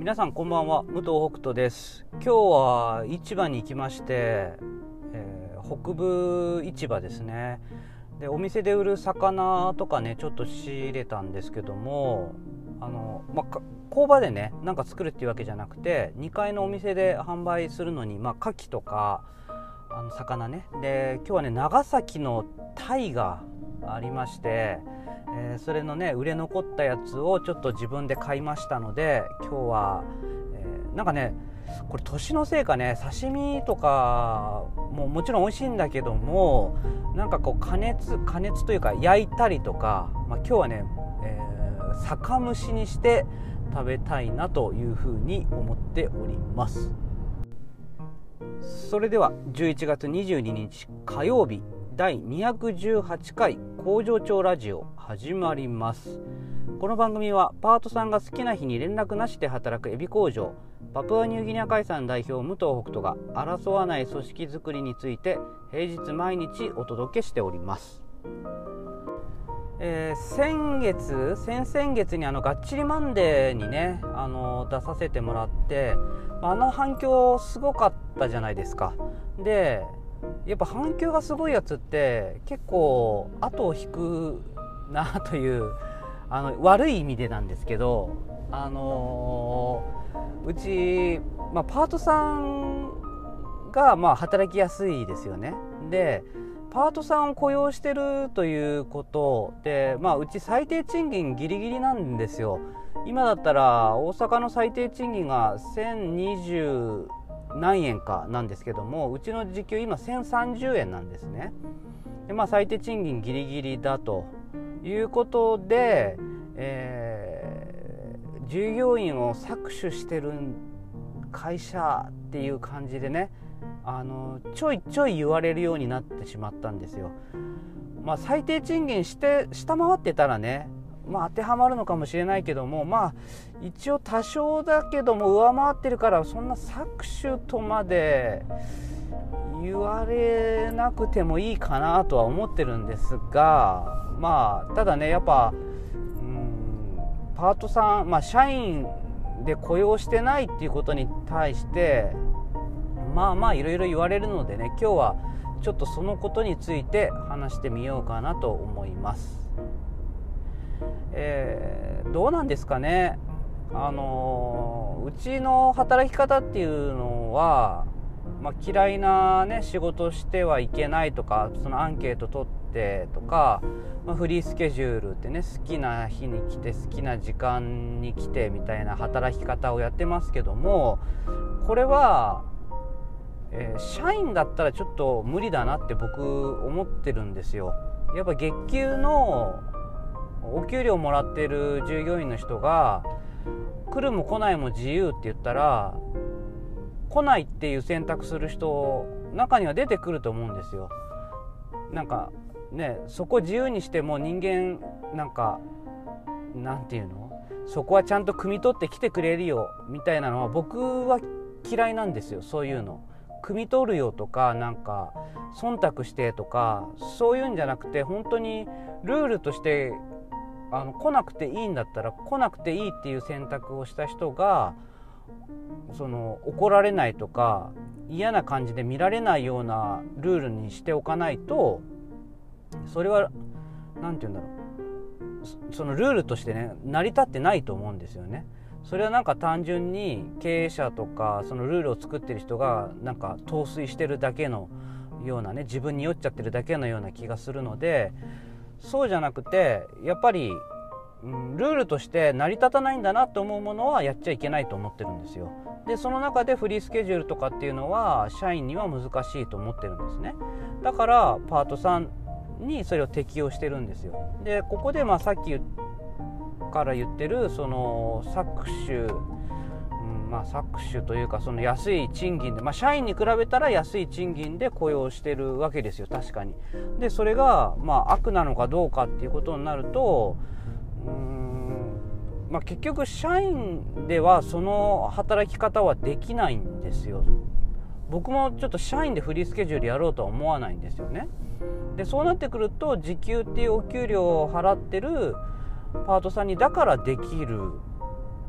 皆さんこんばんは、武藤北斗です。今日は市場に行きまして、北部市場ですね。でお店で売る魚とかねちょっと仕入れたんですけども、工場でねなんか作るっていうわけじゃなくて、2階のお店で販売するのに、牡蠣とか魚ね。で今日はね長崎の鯛がありまして、それのね売れ残ったやつをちょっと自分で買いましたので、今日は、なんかねこれ年のせいかね、刺身とかもちろん美味しいんだけども、なんかこう加熱というか焼いたりとか、今日はね、酒蒸しにして食べたいなというふうに思っております。それでは11月22日火曜日第218回工場長ラジオ始まります。この番組はパートさんが好きな日に連絡なしで働くエビ工場パプアニューギニア海産代表武藤北斗が争わない組織づくりについて平日毎日お届けしております。先々月にがっちりマンデーにね出させてもらって、反響すごかったじゃないですか。でやっぱ反響がすごいやつって結構後を引くなという悪い意味でなんですけど、うち、パートさんが働きやすいですよね。でパートさんを雇用してるということで、うち最低賃金ギリギリなんですよ。今だったら大阪の最低賃金が1020何円かなんですけども、うちの時給今1030円なんですね。で最低賃金ギリギリだということで、従業員を搾取してる会社っていう感じでね、ちょいちょい言われるようになってしまったんですよ。最低賃金して下回ってたらね、当てはまるのかもしれないけども、一応多少だけども上回ってるから、そんな搾取とまで言われなくてもいいかなとは思ってるんですが、ただねやっぱパートさん、社員で雇用してないっていうことに対していろいろ言われるのでね、今日はちょっとそのことについて話してみようかなと思います。どうなんですかね。うちの働き方っていうのは、嫌いなね仕事してはいけないとか、そのアンケート取ってとか、フリースケジュールってね、好きな日に来て好きな時間に来てみたいな働き方をやってますけども、これは、社員だったらちょっと無理だなって僕思ってるんですよ。やっぱ月給のお給料もらってる従業員の人が来るも来ないも自由って言ったら、来ないっていう選択する人中には出てくると思うんですよ。なんかね、そこ自由にしても人間なんていうの、そこはちゃんと汲み取ってきてくれるよみたいなのは僕は嫌いなんですよ。そういうの汲み取るよとか、忖度してとかそういうんじゃなくて、本当にルールとして来なくていいんだったら来なくていいっていう選択をした人が怒られないとか嫌な感じで見られないようなルールにしておかないと、それはなんていうんだろう、そのルールとしてね成り立ってないと思うんですよね。それは単純に経営者とかそのルールを作ってる人が陶酔してるだけのようなね、自分に酔っちゃってるだけのような気がするので、そうじゃなくてやっぱりルールとして成り立たないんだなと思うものはやっちゃいけないと思ってるんですよ。でその中でフリースケジュールとかっていうのは社員には難しいと思ってるんですね。だからパートさんにそれを適用してるんですよ。でここでさっきから言ってるその搾取というか、その安い賃金で、社員に比べたら安い賃金で雇用してるわけですよ。確かに。でそれが悪なのかどうかっていうことになると、結局社員ではその働き方はできないんですよ。僕もちょっと社員でフリースケジュールやろうとは思わないんですよね。でそうなってくると、時給っていうお給料を払ってるパートさんにだからできる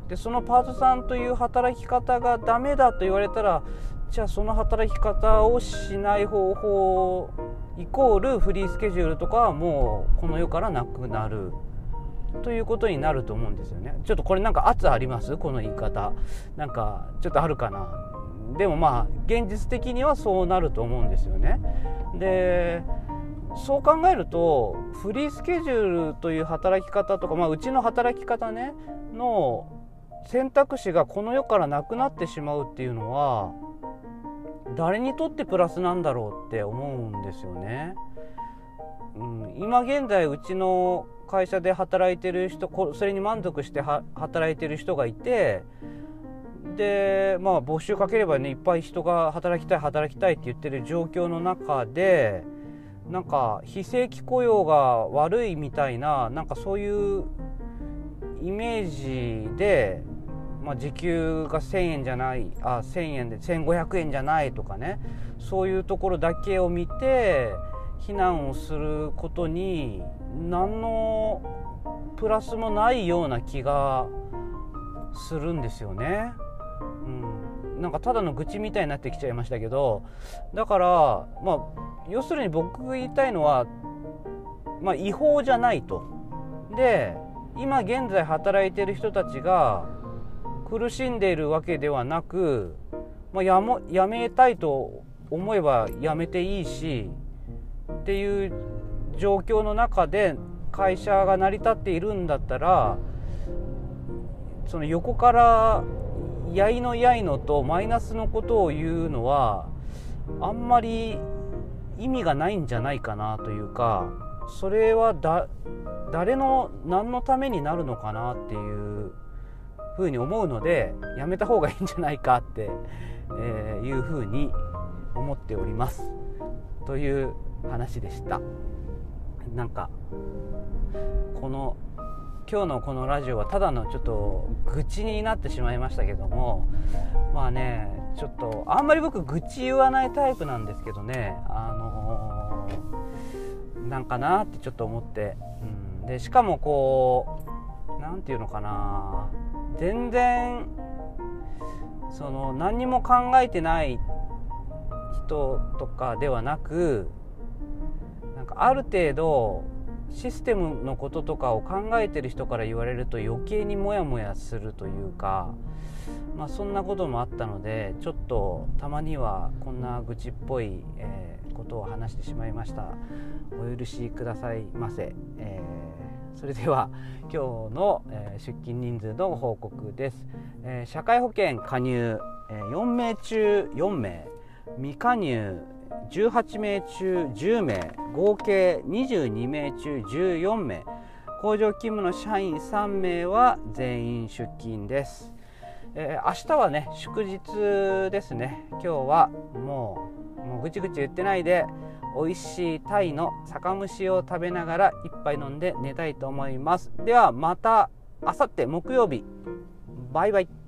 でそのパートさんという働き方がダメだと言われたら、じゃあその働き方をしない方法イコールフリースケジュールとかはもうこの世からなくなるということになると思うんですよね。ちょっとこれなんか圧あります？この言い方なんかちょっとあるかな。でもまあ現実的にはそうなると思うんですよね。でそう考えるとフリースケジュールという働き方とか、うちの働き方ねの選択肢がこの世からなくなってしまうっていうのは誰にとってプラスなんだろうって思うんですよね。今現在うちの会社で働いてる人、それに満足して働いてる人がいて、で募集かければねいっぱい人が働きたいって言ってる状況の中で、なんか非正規雇用が悪いみたいな、なんかそういうイメージで、時給が1000円じゃない、1000円で1500円じゃないとかね、そういうところだけを見て非難をすることに何のプラスもないような気がするんですよね。なんかただの愚痴みたいになってきちゃいましたけど、だから要するに僕が言いたいのは、違法じゃないと。で今現在働いている人たちが苦しんでいるわけではなく、やめたいと思えばやめていいしっていう状況の中で会社が成り立っているんだったら、その横からやいのやいのとマイナスのことを言うのはあんまり意味がないんじゃないかなというか、それは誰の何のためになるのかなっていうふうに思うので、やめた方がいいんじゃないかって、いうふうに思っておりますという話でした。なんか今日のこのラジオはただのちょっと愚痴になってしまいましたけども、ちょっとあんまり僕愚痴言わないタイプなんですけどね、なんかなってちょっと思って、でしかもなんていうのかな、全然何にも考えてない人とかではなく、なんかある程度システムのこととかを考えてる人から言われると余計にモヤモヤするというか、そんなこともあったので、ちょっとたまにはこんな愚痴っぽい、ことを話してしまいました。お許しくださいませ。それでは今日の、出勤人数の報告です。社会保険加入、4名中4名、未加入18名中10名、合計22名中14名、工場勤務の社員3名は全員出勤です。明日はね祝日ですね。今日はもうぐちぐち言ってないで美味しいタイの酒蒸しを食べながら一杯飲んで寝たいと思います。ではまた明後日木曜日、バイバイ。